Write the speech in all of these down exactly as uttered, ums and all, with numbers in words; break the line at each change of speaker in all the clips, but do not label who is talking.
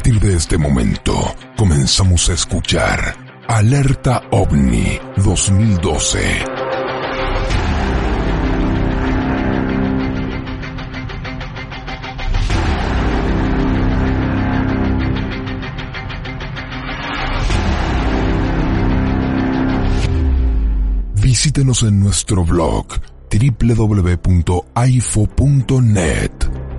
partir de este momento, comenzamos a escuchar Alerta OVNI dos mil doce. Visítenos en nuestro blog doble u doble u doble u punto a i f o punto net.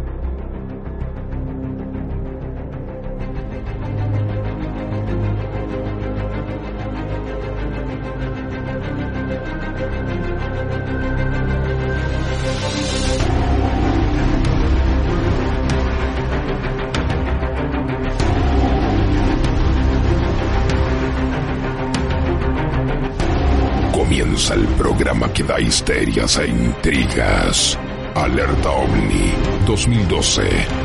Comienza el programa que da histerias e intrigas. Alerta OVNI dos mil doce.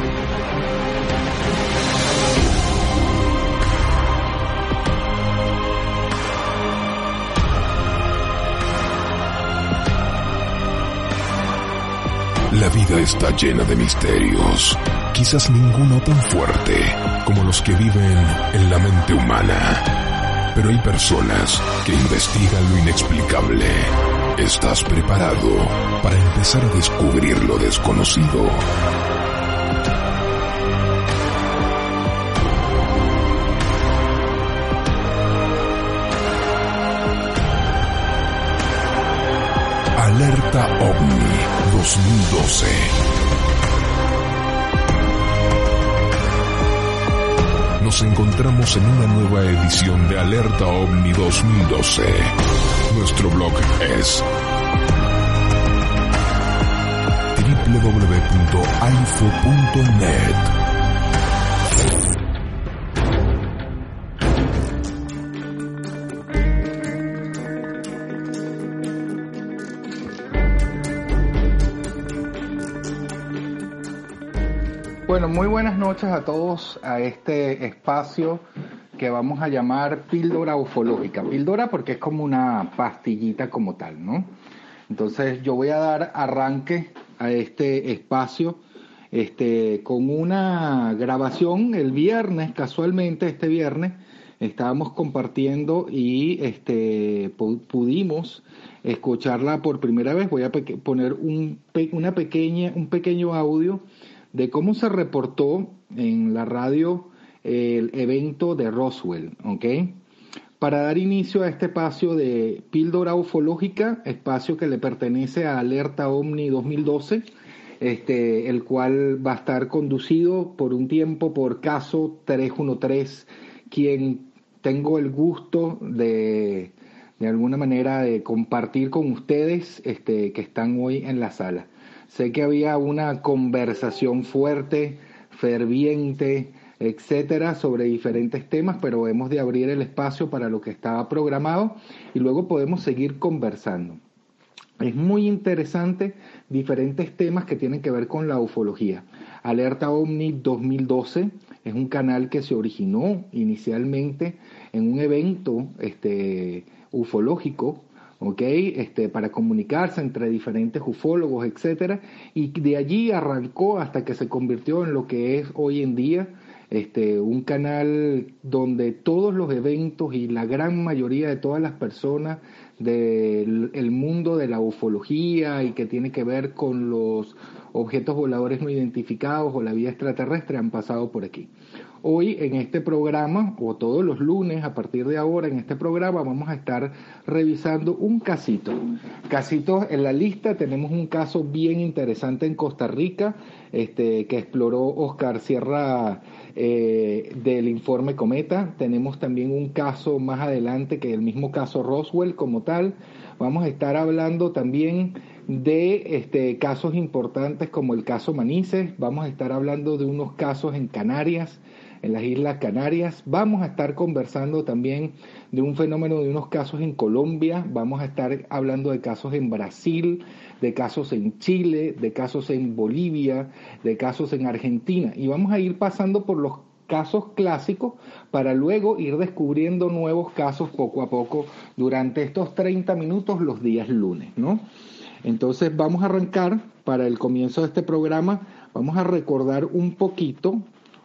La vida está llena de misterios, quizás ninguno tan fuerte como los que viven en la mente humana. Pero hay personas que investigan lo inexplicable. ¿Estás preparado para empezar a descubrir lo desconocido? Alerta OVNI dos mil doce. Nos encontramos en una nueva edición de Alerta OVNI dos mil doce. Nuestro blog es doble u doble u doble u punto a i f o punto net.
Bueno, muy buenas noches a todos a este espacio que vamos a llamar Píldora Ufológica. Píldora porque es como una pastillita como tal, ¿no? Entonces yo voy a dar arranque a este espacio este, con una grabación el viernes, casualmente este viernes, estábamos compartiendo y este, pudimos escucharla por primera vez. Voy a pe- poner un, pe- una pequeña, un pequeño audio de cómo se reportó en la radio el evento de Roswell, ¿ok? Para dar inicio a este espacio de Píldora Ufológica, espacio que le pertenece a Alerta OVNI dos mil doce, este, el cual va a estar conducido por un tiempo por Caso trescientos trece, quien tengo el gusto de, de alguna manera, de compartir con ustedes este, que están hoy en la sala. Sé que había una conversación fuerte, ferviente, etcétera, sobre diferentes temas, pero hemos de abrir el espacio para lo que estaba programado y luego podemos seguir conversando. Es muy interesante diferentes temas que tienen que ver con la ufología. Alerta OVNI dos mil doce es un canal que se originó inicialmente en un evento este, ufológico, ¿okay? Este, para comunicarse entre diferentes ufólogos, etcétera, y de allí arrancó hasta que se convirtió en lo que es hoy en día este, un canal donde todos los eventos y la gran mayoría de todas las personas del el mundo de la ufología y que tiene que ver con los objetos voladores no identificados o la vida extraterrestre han pasado por aquí. Hoy en este programa, o todos los lunes a partir de ahora en este programa, vamos a estar revisando un casito. Casitos en la lista, tenemos un caso bien interesante en Costa Rica, este, que exploró Oscar Sierra eh, del informe Cometa. Tenemos también un caso más adelante, que es el mismo caso Roswell como tal. Vamos a estar hablando también de este, casos importantes como el caso Manises. Vamos a estar hablando de unos casos en Canarias, en las Islas Canarias. Vamos a estar conversando también de un fenómeno de unos casos en Colombia. Vamos a estar hablando de casos en Brasil, de casos en Chile, de casos en Bolivia, de casos en Argentina. Y vamos a ir pasando por los casos clásicos para luego ir descubriendo nuevos casos poco a poco durante estos treinta minutos los días lunes, ¿no? Entonces vamos a arrancar para el comienzo de este programa. Vamos a recordar un poquito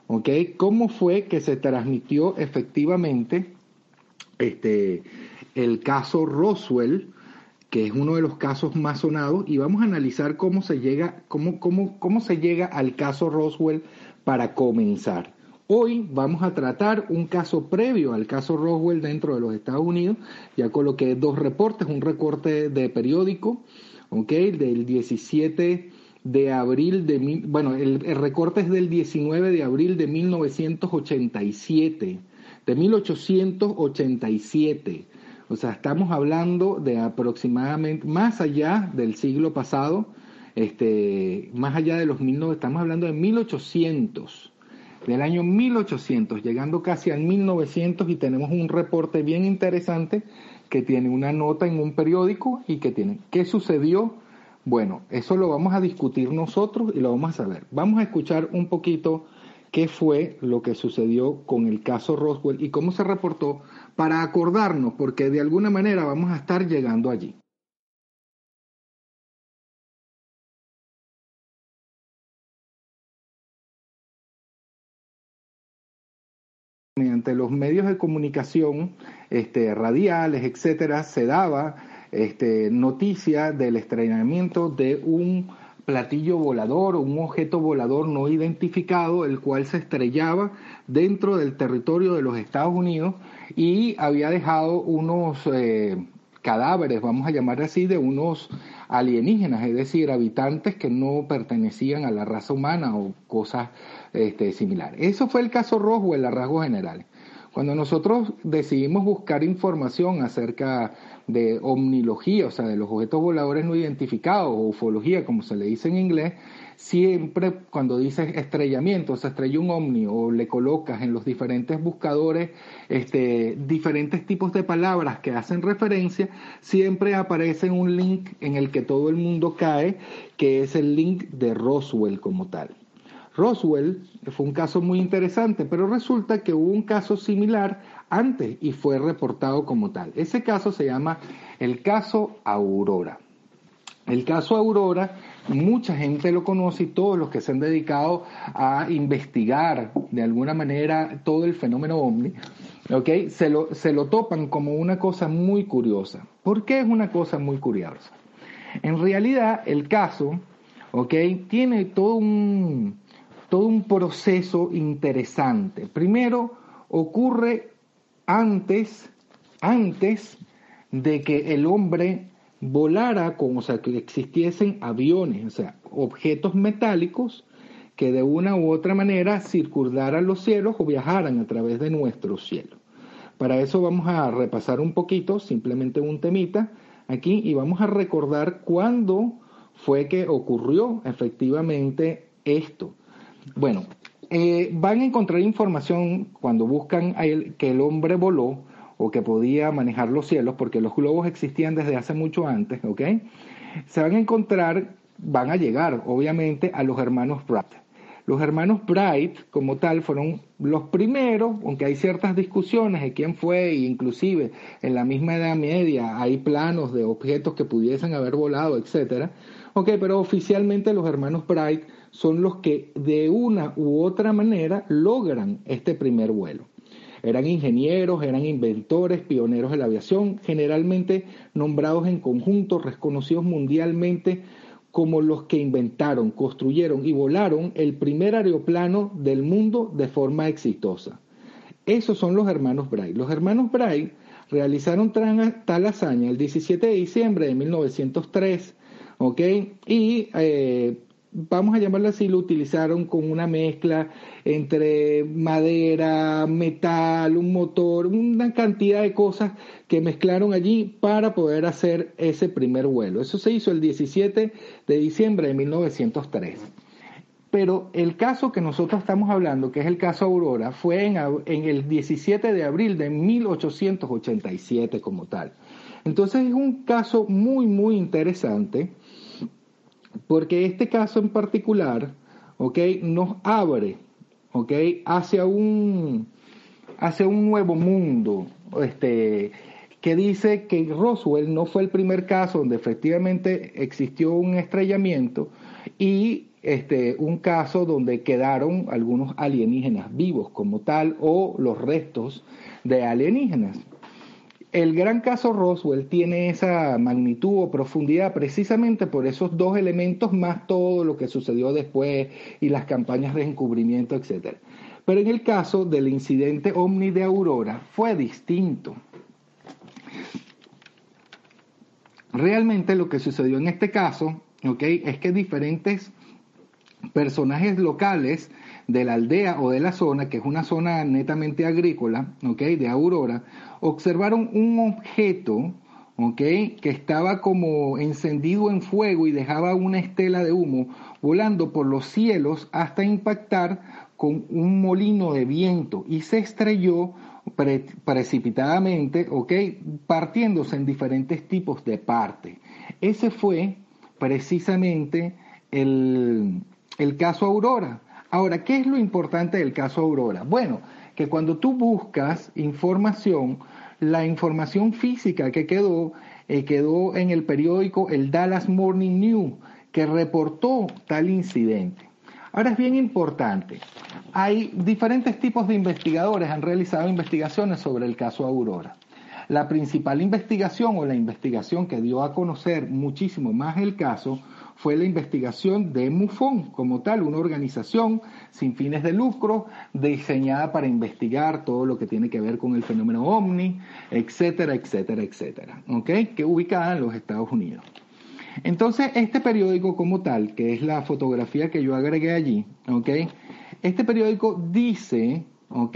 ¿ok? ¿Cómo fue que se transmitió efectivamente este, el caso Roswell, que es uno de los casos más sonados, y vamos a analizar cómo se llega, cómo, cómo, cómo se llega al caso Roswell para comenzar. Hoy vamos a tratar un caso previo al caso Roswell dentro de los Estados Unidos. Ya coloqué dos reportes, un recorte de periódico, ¿ok? Del diecisiete de abril de mil, bueno, el, el recorte es del diecinueve de abril de mil novecientos ochenta y siete, de mil ochocientos ochenta y siete. O sea, estamos hablando de aproximadamente, más allá del siglo pasado, este, más allá de los mil novecientos, estamos hablando de mil ochocientos, del año mil ochocientos, llegando casi al mil novecientos, y tenemos un reporte bien interesante que tiene una nota en un periódico y que tiene, ¿qué sucedió? Bueno, eso lo vamos a discutir nosotros y lo vamos a saber. Vamos a escuchar un poquito qué fue lo que sucedió con el caso Roswell y cómo se reportó para acordarnos, porque de alguna manera vamos a estar llegando allí. Mediante los medios de comunicación, este, radiales, etcétera, se daba este, noticia del estrellamiento de un platillo volador o un objeto volador no identificado, el cual se estrellaba dentro del territorio de los Estados Unidos y había dejado unos eh, cadáveres, vamos a llamar así, de unos alienígenas, es decir, habitantes que no pertenecían a la raza humana o cosas este, similares. Eso fue el caso Roswell a rasgos generales. Cuando nosotros decidimos buscar información acerca de omnilogía, o sea, de los objetos voladores no identificados, o ufología, como se le dice en inglés, siempre cuando dices estrellamiento, se estrella un ovni, o le colocas en los diferentes buscadores este, diferentes tipos de palabras que hacen referencia, siempre aparece un link en el que todo el mundo cae, que es el link de Roswell como tal. Roswell fue un caso muy interesante, pero resulta que hubo un caso similar antes y fue reportado como tal. Ese caso se llama el caso Aurora. El caso Aurora, mucha gente lo conoce y todos los que se han dedicado a investigar de alguna manera todo el fenómeno ovni, ¿okay? se, lo, se lo topan como una cosa muy curiosa. ¿Por qué es una cosa muy curiosa? En realidad el caso, ¿okay? tiene todo un... todo un proceso interesante. Primero, ocurre antes, antes de que el hombre volara, con, o sea, que existiesen aviones, o sea, objetos metálicos que de una u otra manera circundaran los cielos o viajaran a través de nuestro cielo. Para eso vamos a repasar un poquito, simplemente un temita aquí, y vamos a recordar cuándo fue que ocurrió efectivamente esto. Bueno, eh, van a encontrar información cuando buscan a él, que el hombre voló o que podía manejar los cielos, porque los globos existían desde hace mucho antes, ¿ok? Se van a encontrar, van a llegar, obviamente, a los hermanos Wright. Los hermanos Wright, como tal, fueron los primeros, aunque hay ciertas discusiones de quién fue, e inclusive en la misma Edad Media hay planos de objetos que pudiesen haber volado, etcétera. Ok, pero oficialmente los hermanos Wright son los que de una u otra manera logran este primer vuelo. Eran ingenieros, eran inventores, pioneros de la aviación, generalmente nombrados en conjunto, reconocidos mundialmente como los que inventaron, construyeron y volaron el primer aeroplano del mundo de forma exitosa. Esos son los hermanos Wright. Los hermanos Wright realizaron tal hazaña el diecisiete de diciembre de mil novecientos tres, ¿ok? Y eh, vamos a llamarlo así, lo utilizaron con una mezcla entre madera, metal, un motor, una cantidad de cosas que mezclaron allí para poder hacer ese primer vuelo. Eso se hizo el diecisiete de diciembre de mil novecientos tres. Pero el caso que nosotros estamos hablando, que es el caso Aurora, fue en, en el diecisiete de abril de mil ochocientos ochenta y siete como tal. Entonces es un caso muy, muy interesante, porque este caso en particular, ¿okay? nos abre, ¿okay? hacia un hacia un nuevo mundo, este, que dice que Roswell no fue el primer caso donde efectivamente existió un estrellamiento y este, un caso donde quedaron algunos alienígenas vivos como tal o los restos de alienígenas. El gran caso Roswell tiene esa magnitud o profundidad precisamente por esos dos elementos más todo lo que sucedió después y las campañas de encubrimiento, etcétera. Pero en el caso del incidente OVNI de Aurora fue distinto. Realmente lo que sucedió en este caso, ¿okay?, es que diferentes personajes locales de la aldea o de la zona, que es una zona netamente agrícola, ¿okay?, de Aurora, observaron un objeto, ¿okay?, que estaba como encendido en fuego y dejaba una estela de humo volando por los cielos hasta impactar con un molino de viento y se estrelló pre- precipitadamente, ¿okay?, partiéndose en diferentes tipos de partes. Ese fue precisamente el, el caso Aurora. Ahora, ¿qué es lo importante del caso Aurora? Bueno, que cuando tú buscas información, la información física que quedó, eh, quedó en el periódico el Dallas Morning News, que reportó tal incidente. Ahora es bien importante, hay diferentes tipos de investigadores, han realizado investigaciones sobre el caso Aurora. La principal investigación o la investigación que dio a conocer muchísimo más el caso fue la investigación de MUFON, como tal, una organización sin fines de lucro, diseñada para investigar todo lo que tiene que ver con el fenómeno OVNI, etcétera, etcétera, etcétera, ¿ok?, que ubicada en los Estados Unidos. Entonces, este periódico como tal, que es la fotografía que yo agregué allí, ¿ok?, este periódico dice, ¿ok?,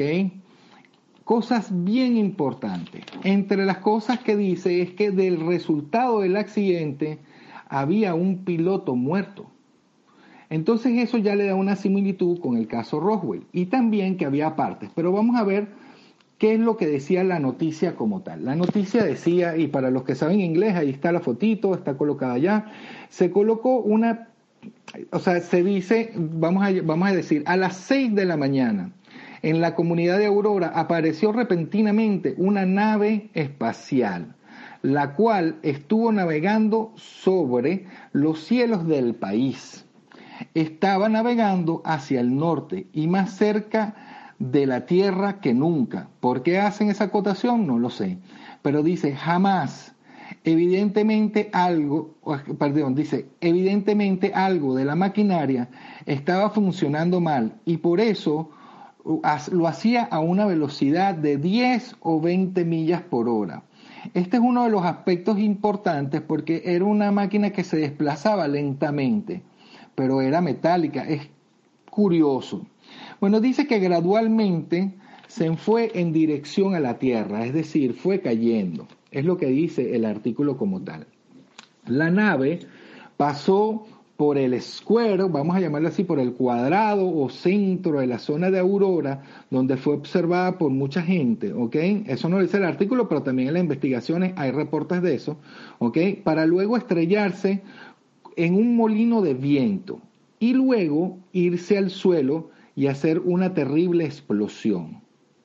cosas bien importantes. Entre las cosas que dice es que del resultado del accidente había un piloto muerto. Entonces eso ya le da una similitud con el caso Roswell. Y también que había partes. Pero vamos a ver qué es lo que decía la noticia como tal. La noticia decía, y para los que saben inglés, ahí está la fotito, está colocada allá. Se colocó una, o sea, se dice, vamos a, vamos a decir, a las seis de la mañana, en la comunidad de Aurora apareció repentinamente una nave espacial, la cual estuvo navegando sobre los cielos del país. Estaba navegando hacia el norte y más cerca de la Tierra que nunca. ¿Por qué hacen esa acotación? No lo sé. Pero dice, jamás, evidentemente algo, perdón, dice, evidentemente algo de la maquinaria estaba funcionando mal y por eso lo hacía a una velocidad de diez o veinte millas por hora. Este es uno de los aspectos importantes porque era una máquina que se desplazaba lentamente, pero era metálica. Es curioso. Bueno, dice que gradualmente se fue en dirección a la Tierra, es decir, fue cayendo. Es lo que dice el artículo como tal. La nave pasó por el square, vamos a llamarlo así, por el cuadrado o centro de la zona de Aurora, donde fue observada por mucha gente, ¿ok? Eso no lo dice el artículo, pero también en las investigaciones hay reportes de eso, ¿ok? Para luego estrellarse en un molino de viento y luego irse al suelo y hacer una terrible explosión.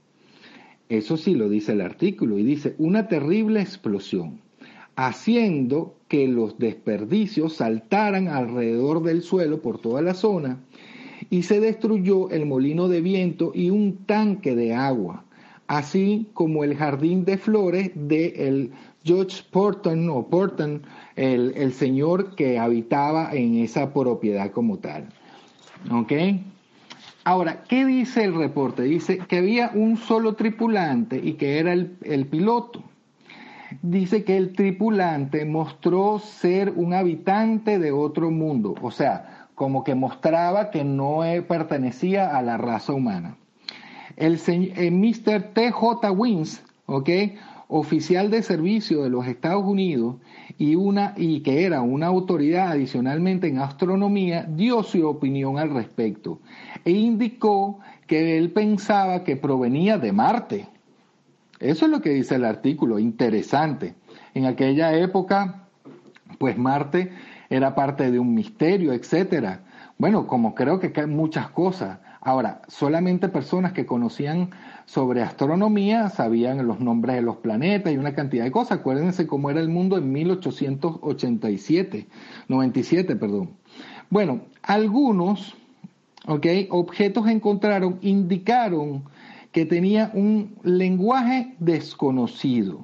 Eso sí lo dice el artículo, y dice una terrible explosión, haciendo que los desperdicios saltaran alrededor del suelo por toda la zona, y se destruyó el molino de viento y un tanque de agua, así como el jardín de flores de el George Porton o Porton, el, el señor que habitaba en esa propiedad como tal. ¿Ok? Ahora, ¿qué dice el reporte? Dice que había un solo tripulante y que era el, el piloto. Dice que el tripulante mostró ser un habitante de otro mundo, o sea, como que mostraba que no pertenecía a la raza humana. El, el mister T J Wins, ¿ok?, oficial de servicio de los Estados Unidos y, una, y que era una autoridad adicionalmente en astronomía, dio su opinión al respecto e indicó que él pensaba que provenía de Marte. Eso es lo que dice el artículo, interesante. En aquella época, pues Marte era parte de un misterio, etcétera. Bueno, como creo que hay muchas cosas. Ahora, solamente personas que conocían sobre astronomía sabían los nombres de los planetas y una cantidad de cosas. Acuérdense cómo era el mundo en mil ochocientos ochenta y siete, noventa y siete, perdón. Bueno, algunos, ¿okay?, objetos encontraron indicaron que tenía un lenguaje desconocido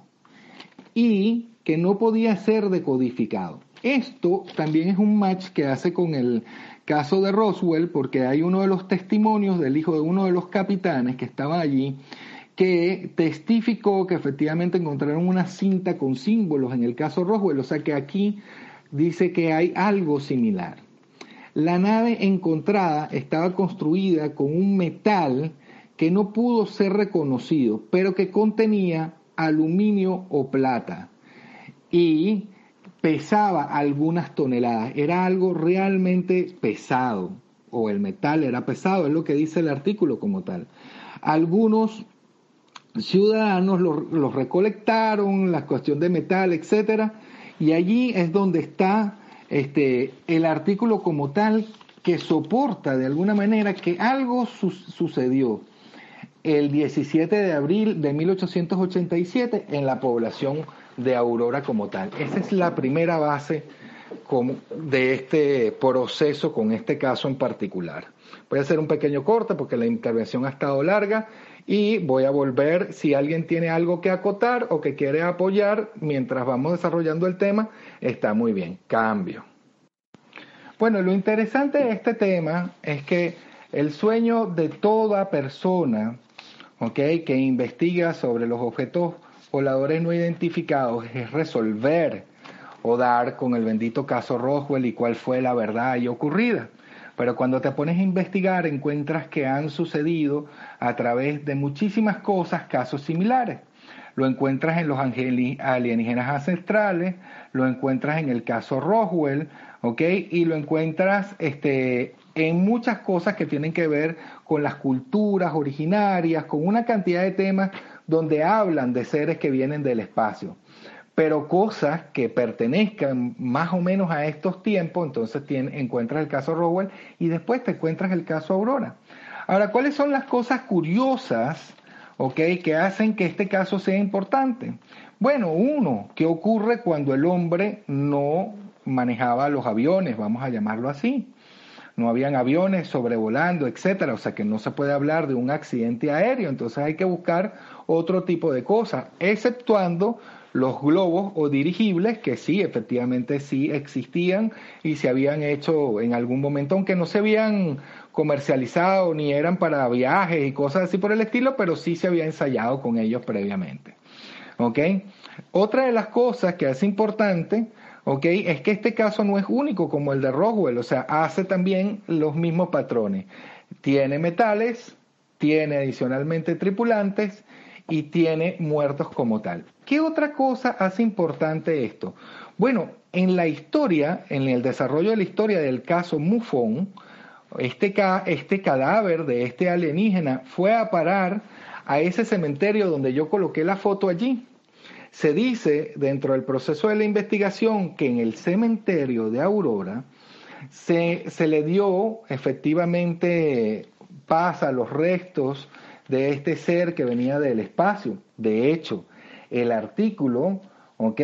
y que no podía ser decodificado. Esto también es un match que hace con el caso de Roswell, porque hay uno de los testimonios del hijo de uno de los capitanes que estaba allí, que testificó que efectivamente encontraron una cinta con símbolos en el caso Roswell, o sea que aquí dice que hay algo similar. La nave encontrada estaba construida con un metal que no pudo ser reconocido, pero que contenía aluminio o plata y pesaba algunas toneladas. Era algo realmente pesado, o el metal era pesado, es lo que dice el artículo como tal. Algunos ciudadanos los lo recolectaron, la cuestión de metal, etcétera, y allí es donde está este el artículo como tal, que soporta de alguna manera que algo su- sucedió el diecisiete de abril de mil ochocientos ochenta y siete en la población de Aurora como tal. Esa es la primera base como de este proceso con este caso en particular. Voy a hacer un pequeño corte porque la intervención ha estado larga y voy a volver si alguien tiene algo que acotar o que quiere apoyar mientras vamos desarrollando el tema. Está muy bien. Cambio. Bueno, lo interesante de este tema es que el sueño de toda persona, ¿okay?, que investiga sobre los objetos voladores no identificados es resolver o dar con el bendito caso Roswell y cuál fue la verdad ahí ocurrida. Pero cuando te pones a investigar encuentras que han sucedido a través de muchísimas cosas casos similares. Lo encuentras en los alienígenas ancestrales, lo encuentras en el caso Roswell, ¿ok? Y lo encuentras este, en muchas cosas que tienen que ver con las culturas originarias, con una cantidad de temas donde hablan de seres que vienen del espacio. Pero cosas que pertenezcan más o menos a estos tiempos, entonces tiene, encuentras el caso Roswell y después te encuentras el caso Aurora. Ahora, ¿cuáles son las cosas curiosas, okay, que hacen que este caso sea importante? Bueno, uno, ¿qué ocurre cuando el hombre no manejaba los aviones, vamos a llamarlo así? No habían aviones sobrevolando, etcétera, o sea que no se puede hablar de un accidente aéreo, entonces hay que buscar otro tipo de cosas, exceptuando los globos o dirigibles que sí, efectivamente sí existían y se habían hecho en algún momento, aunque no se habían comercializado ni eran para viajes y cosas así por el estilo, pero sí se había ensayado con ellos previamente. ¿Ok? Otra de las cosas que es importante, ¿ok?, es que este caso no es único como el de Roswell, o sea, hace también los mismos patrones. Tiene metales, tiene adicionalmente tripulantes y tiene muertos como tal. ¿Qué otra cosa hace importante esto? Bueno, en la historia, en el desarrollo de la historia del caso MUFON, este, ca este cadáver de este alienígena fue a parar a ese cementerio donde yo coloqué la foto allí. Se dice dentro del proceso de la investigación que en el cementerio de Aurora se, se le dio efectivamente paz a los restos de este ser que venía del espacio. De hecho, el artículo, ¿ok?,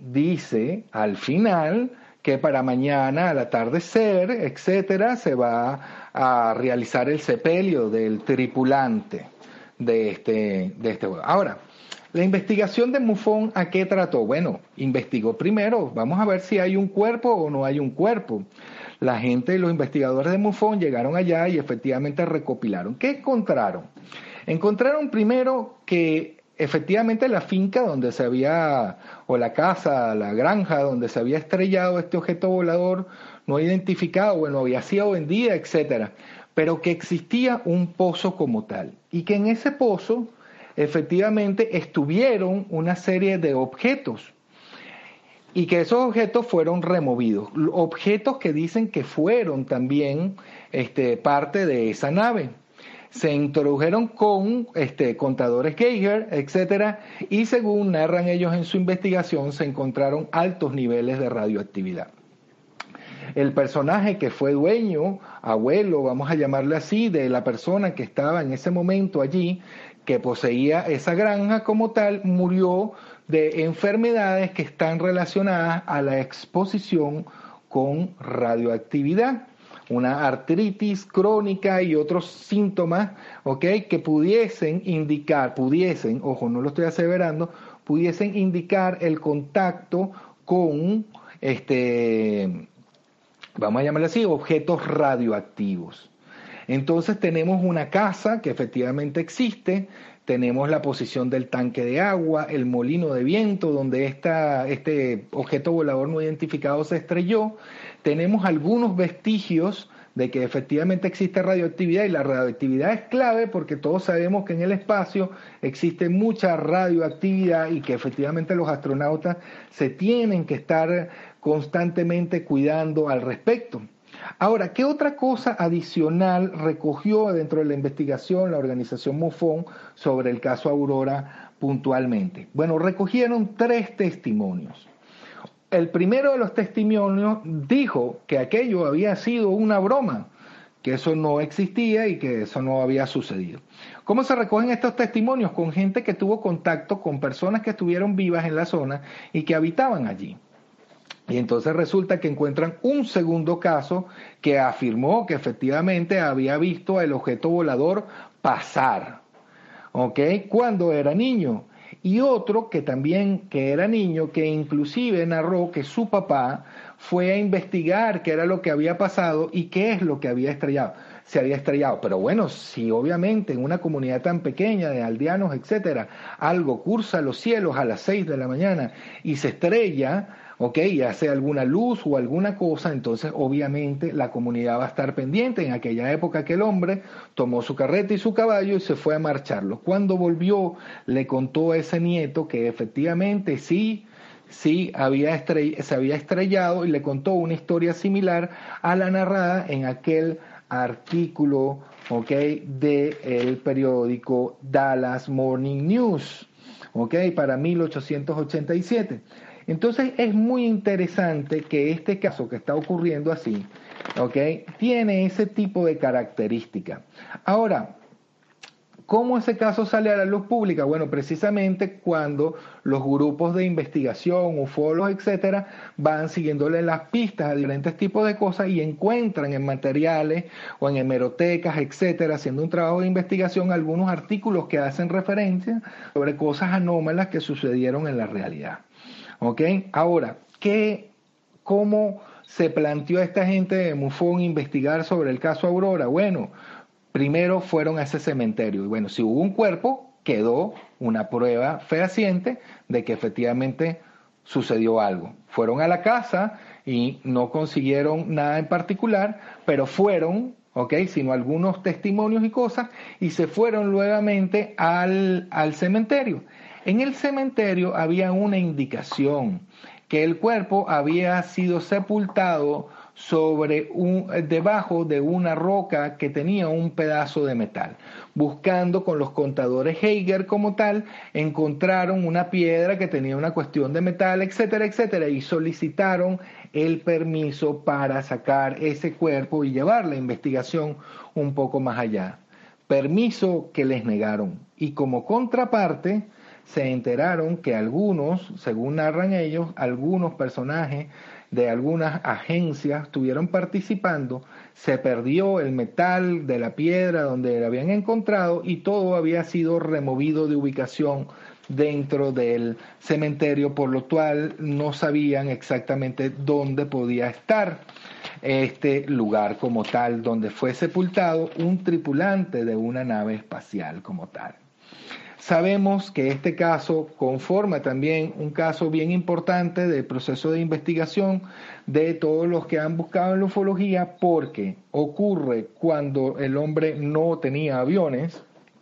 dice al final que para mañana al atardecer, etcétera, se va a realizar el sepelio del tripulante de este, de este vuelo. Ahora, la investigación de MUFON, ¿a qué trató? Bueno, investigó primero, vamos a ver si hay un cuerpo o no hay un cuerpo. La gente, los investigadores de MUFON llegaron allá y efectivamente recopilaron. ¿Qué encontraron? Encontraron primero que efectivamente la finca donde se había, o la casa, la granja donde se había estrellado este objeto volador no identificado, bueno, había sido vendida, etcétera, pero que existía un pozo como tal y que en ese pozo efectivamente estuvieron una serie de objetos y que esos objetos fueron removidos, objetos que dicen que fueron también este, parte de esa nave. Se introdujeron con este, contadores Geiger, etcétera, y según narran ellos en su investigación, se encontraron altos niveles de radioactividad. El personaje que fue dueño, abuelo, vamos a llamarle así, de la persona que estaba en ese momento allí, que poseía esa granja como tal, murió de enfermedades que están relacionadas a la exposición con radioactividad. una artritis crónica y otros síntomas, ¿ok? Que pudiesen indicar, pudiesen, ojo, no lo estoy aseverando, pudiesen indicar el contacto con, este, vamos a llamarlo así, objetos radioactivos. Entonces tenemos una casa que efectivamente existe, tenemos la posición del tanque de agua, el molino de viento donde esta, este objeto volador no identificado se estrelló, tenemos algunos vestigios de que efectivamente existe radioactividad, y la radioactividad es clave porque todos sabemos que en el espacio existe mucha radioactividad y que efectivamente los astronautas se tienen que estar constantemente cuidando al respecto. Ahora, ¿qué otra cosa adicional recogió dentro de la investigación la organización MUFON sobre el caso Aurora puntualmente? Bueno, recogieron tres testimonios. El primero de los testimonios dijo que aquello había sido una broma, que eso no existía y que eso no había sucedido. ¿Cómo se recogen estos testimonios? Con gente que tuvo contacto con personas que estuvieron vivas en la zona y que habitaban allí. Y entonces resulta que encuentran un segundo caso que afirmó que efectivamente había visto el objeto volador pasar, ¿ok? Cuando era niño. Y otro que también que era niño, que inclusive narró que su papá fue a investigar qué era lo que había pasado y qué es lo que había estrellado. Se había estrellado. Pero bueno, si obviamente en una comunidad tan pequeña de aldeanos, etcétera, algo cursa los cielos a las seis de la mañana y se estrella, ok, y hace alguna luz o alguna cosa, entonces obviamente la comunidad va a estar pendiente. En aquella época aquel hombre tomó su carreta y su caballo y se fue a marcharlo. Cuando volvió, le contó a ese nieto que efectivamente sí, sí había estrell- se había estrellado, y le contó una historia similar a la narrada en aquel artículo, ok, del periódico Dallas Morning News, ok, para mil ochocientos ochenta y siete. Entonces es muy interesante que este caso que está ocurriendo así, ¿ok?, tiene ese tipo de característica. Ahora, ¿cómo ese caso sale a la luz pública? Bueno, precisamente cuando los grupos de investigación, ufólogos, etcétera, van siguiéndole las pistas a diferentes tipos de cosas y encuentran en materiales o en hemerotecas, etcétera, haciendo un trabajo de investigación, algunos artículos que hacen referencia sobre cosas anómalas que sucedieron en la realidad. ¿Ok? Ahora, ¿qué, ¿cómo se planteó esta gente de MUFON investigar sobre el caso Aurora? Bueno, primero fueron a ese cementerio. Y bueno, si hubo un cuerpo, quedó una prueba fehaciente de que efectivamente sucedió algo. Fueron a la casa y no consiguieron nada en particular, pero fueron, ¿ok?, sino algunos testimonios y cosas, y se fueron nuevamente al, al cementerio. En el cementerio había una indicación que el cuerpo había sido sepultado sobre un, debajo de una roca que tenía un pedazo de metal. Buscando con los contadores Geiger como tal, encontraron una piedra que tenía una cuestión de metal, etcétera, etcétera, y solicitaron el permiso para sacar ese cuerpo y llevar la investigación un poco más allá. Permiso que les negaron. Y como contraparte, se enteraron que algunos, según narran ellos, algunos personajes de algunas agencias estuvieron participando, se perdió el metal de la piedra donde la habían encontrado y todo había sido removido de ubicación dentro del cementerio, por lo cual no sabían exactamente dónde podía estar este lugar como tal, donde fue sepultado un tripulante de una nave espacial como tal. Sabemos que este caso conforma también un caso bien importante del proceso de investigación de todos los que han buscado en la ufología, porque ocurre cuando el hombre no tenía aviones.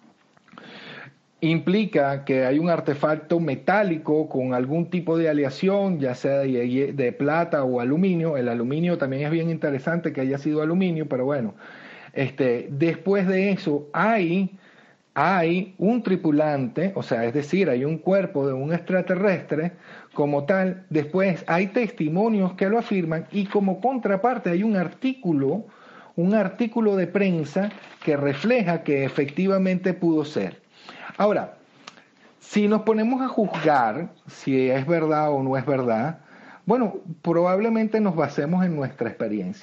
Implica que hay un artefacto metálico con algún tipo de aleación, ya sea de, de plata o aluminio. El aluminio también es bien interesante que haya sido aluminio, pero bueno, este, después de eso hay... hay un tripulante, o sea, es decir, hay un cuerpo de un extraterrestre como tal. Después hay testimonios que lo afirman y como contraparte hay un artículo, un artículo de prensa que refleja que efectivamente pudo ser. Ahora, si nos ponemos a juzgar si es verdad o no es verdad, bueno, probablemente nos basemos en nuestra experiencia.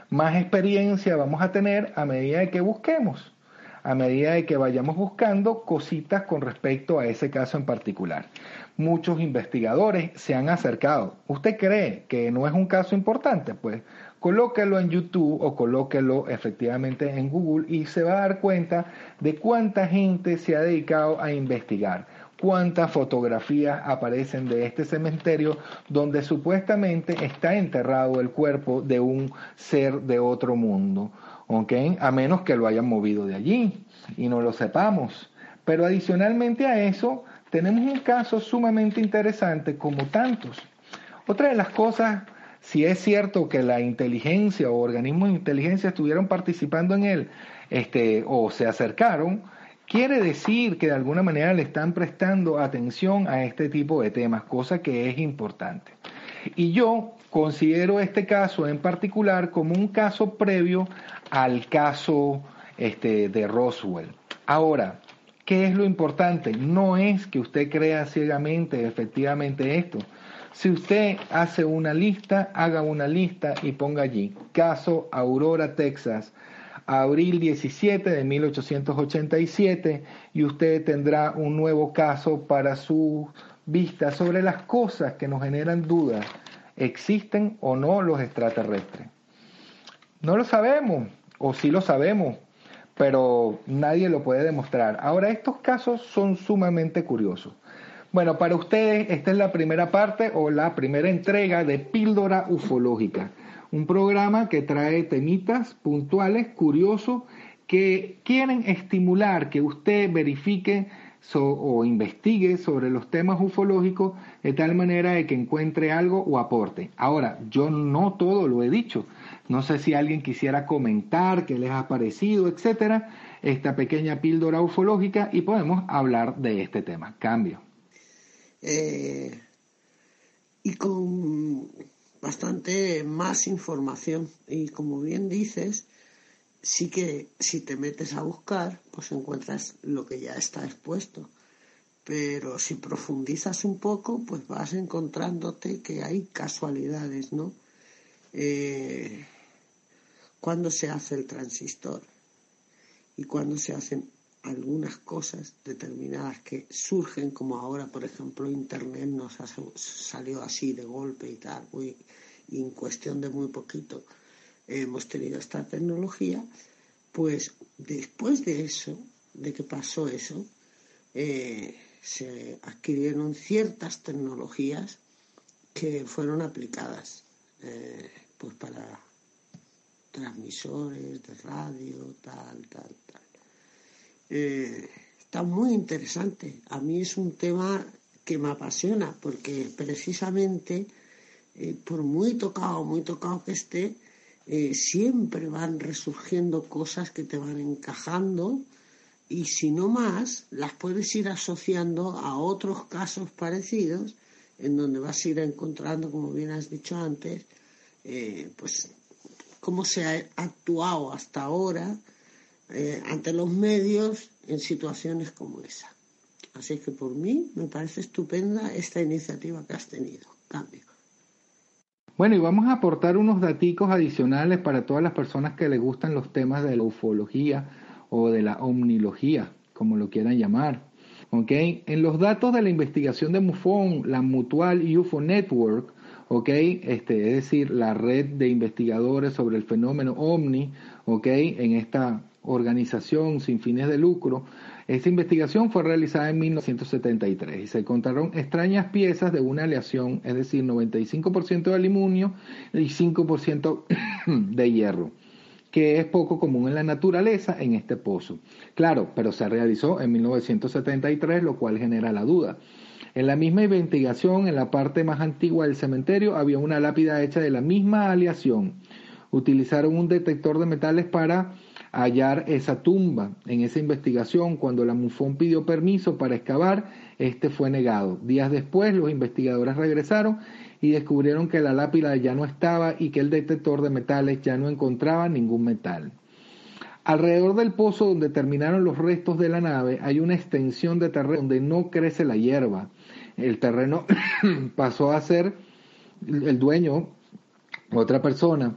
más experiencia vamos a tener a medida de que busquemos, a medida de que vayamos buscando cositas con respecto a ese caso en particular. Muchos investigadores se han acercado. ¿Usted cree que no es un caso importante? Pues colóquelo en YouTube o colóquelo efectivamente en Google y se va a dar cuenta de cuánta gente se ha dedicado a investigar, cuántas fotografías aparecen de este cementerio donde supuestamente está enterrado el cuerpo de un ser de otro mundo, ¿ok? A menos que lo hayan movido de allí y no lo sepamos. Pero adicionalmente a eso, tenemos un caso sumamente interesante como tantos. Otra de las cosas, si es cierto que la inteligencia o organismos de inteligencia estuvieron participando en él, este, o se acercaron, quiere decir que de alguna manera le están prestando atención a este tipo de temas, cosa que es importante. Y yo considero este caso en particular como un caso previo al caso este, de Roswell. Ahora, ¿qué es lo importante? No es que usted crea ciegamente efectivamente esto. Si usted hace una lista, haga una lista y ponga allí, caso Aurora, Texas, abril diecisiete de mil ochocientos ochenta y siete, y usted tendrá un nuevo caso para su vista sobre las cosas que nos generan dudas. ¿Existen o no los extraterrestres? No lo sabemos, o sí lo sabemos, pero nadie lo puede demostrar. Ahora, estos casos son sumamente curiosos. Bueno, para ustedes esta es la primera parte o la primera entrega de Píldora Ufológica, un programa que trae temitas puntuales, curiosos, que quieren estimular que usted verifique so, o investigue sobre los temas ufológicos de tal manera de que encuentre algo o aporte. Ahora, yo no todo lo he dicho. No sé si alguien quisiera comentar qué les ha parecido, etcétera, esta pequeña píldora ufológica y podemos hablar de este tema. Cambio.
Eh, y con bastante más información. Y como bien dices, sí que si te metes a buscar, pues encuentras lo que ya está expuesto. Pero si profundizas un poco, pues vas encontrándote que hay casualidades, ¿no? Eh, cuando se hace el transistor y cuando se hacen algunas cosas determinadas que surgen, como ahora, por ejemplo, Internet nos ha, salió así de golpe y tal, muy, y en cuestión de muy poquito eh, hemos tenido esta tecnología, pues después de eso, de que pasó eso, eh, se adquirieron ciertas tecnologías que fueron aplicadas eh, pues para transmisores de radio, tal, tal, tal. Eh, está muy interesante. A mí es un tema que me apasiona porque precisamente eh, por muy tocado, muy tocado que esté, eh, siempre van resurgiendo cosas que te van encajando y si no más, las puedes ir asociando a otros casos parecidos en donde vas a ir encontrando, como bien has dicho antes, eh, pues cómo se ha actuado hasta ahora eh, ante los medios en situaciones como esa. Así que por mí me parece estupenda esta iniciativa que has tenido. Cambio.
Bueno, y vamos a aportar unos daticos adicionales para todas las personas que les gustan los temas de la ufología o de la omnilogía, como lo quieran llamar. ¿Okay? En los datos de la investigación de MUFON, la Mutual U F O Network, ¿okay? este, es decir, la red de investigadores sobre el fenómeno OVNI, ¿okay? En esta organización sin fines de lucro, esta investigación fue realizada en mil novecientos setenta y tres y se encontraron extrañas piezas de una aleación, es decir, noventa y cinco por ciento de aluminio y cinco por ciento de hierro, que es poco común en la naturaleza en este pozo. Claro, pero se realizó en mil novecientos setenta y tres, lo cual genera la duda. En la misma investigación, en la parte más antigua del cementerio, había una lápida hecha de la misma aleación. Utilizaron un detector de metales para hallar esa tumba. En esa investigación, cuando la MUFON pidió permiso para excavar, este fue negado. Días después, los investigadores regresaron y descubrieron que la lápida ya no estaba y que el detector de metales ya no encontraba ningún metal. Alrededor del pozo donde terminaron los restos de la nave hay una extensión de terreno donde no crece la hierba. El terreno pasó a ser el dueño, otra persona,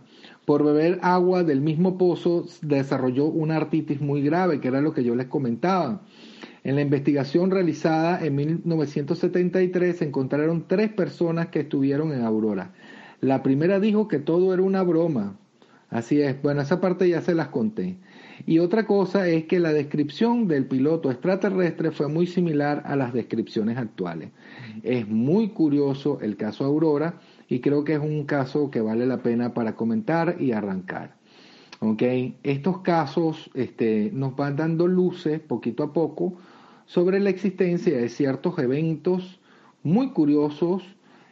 por beber agua del mismo pozo desarrolló una artritis muy grave, que era lo que yo les comentaba. En la investigación realizada en mil novecientos setenta y tres se encontraron tres personas que estuvieron en Aurora. La primera dijo que todo era una broma. Así es, bueno, esa parte ya se las conté. Y otra cosa es que la descripción del piloto extraterrestre fue muy similar a las descripciones actuales. Es muy curioso el caso Aurora y creo que es un caso que vale la pena para comentar y arrancar. ¿Okay? Estos casos este, nos van dando luces poquito a poco sobre la existencia de ciertos eventos muy curiosos,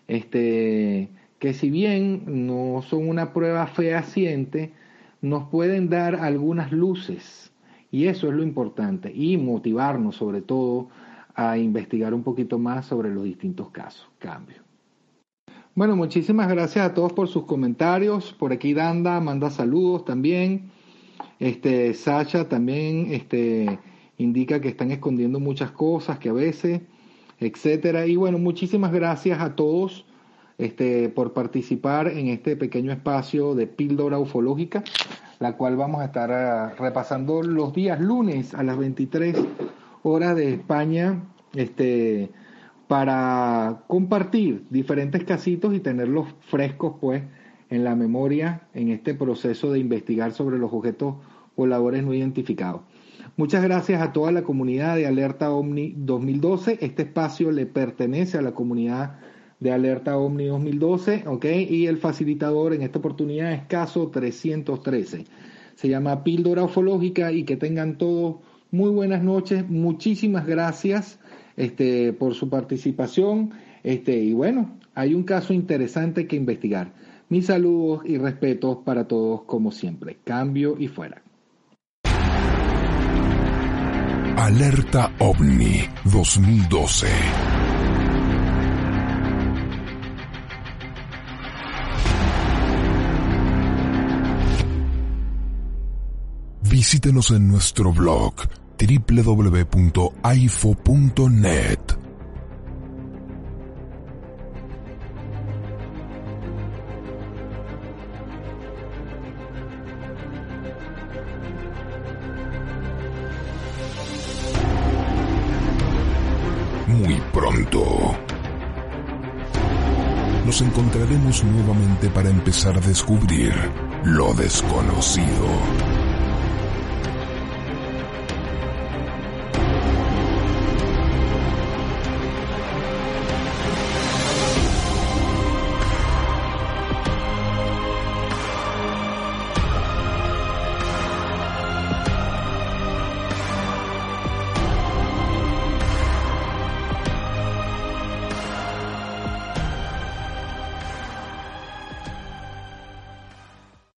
este, que si bien no son una prueba fehaciente, nos pueden dar algunas luces, y eso es lo importante, y motivarnos sobre todo a investigar un poquito más sobre los distintos casos. Cambio. Bueno, muchísimas gracias a todos por sus comentarios. Por aquí Danda manda saludos también. Este, Sacha también este, indica que están escondiendo muchas cosas, que a veces, etcétera. Y bueno, muchísimas gracias a todos este, por participar en este pequeño espacio de píldora ufológica, la cual vamos a estar uh, repasando los días lunes a las veintitrés horas de España, este, para compartir diferentes casitos y tenerlos frescos pues en la memoria en este proceso de investigar sobre los objetos voladores no identificados. Muchas gracias a toda la comunidad de Alerta OVNI dos mil doce. Este espacio le pertenece a la comunidad de Alerta OVNI dos mil doce, ¿ok? Y el facilitador en esta oportunidad es Caso trescientos trece. Se llama Píldora Ufológica y que tengan todos muy buenas noches. Muchísimas gracias este, por su participación. Este, y bueno, hay un caso interesante que investigar. Mis saludos y respetos para todos como siempre. Cambio y fuera.
Alerta OVNI dos mil doce. Visítenos en nuestro blog doble u doble u doble u punto a i f o punto net. Muy pronto nos encontraremos nuevamente para empezar a descubrir lo desconocido.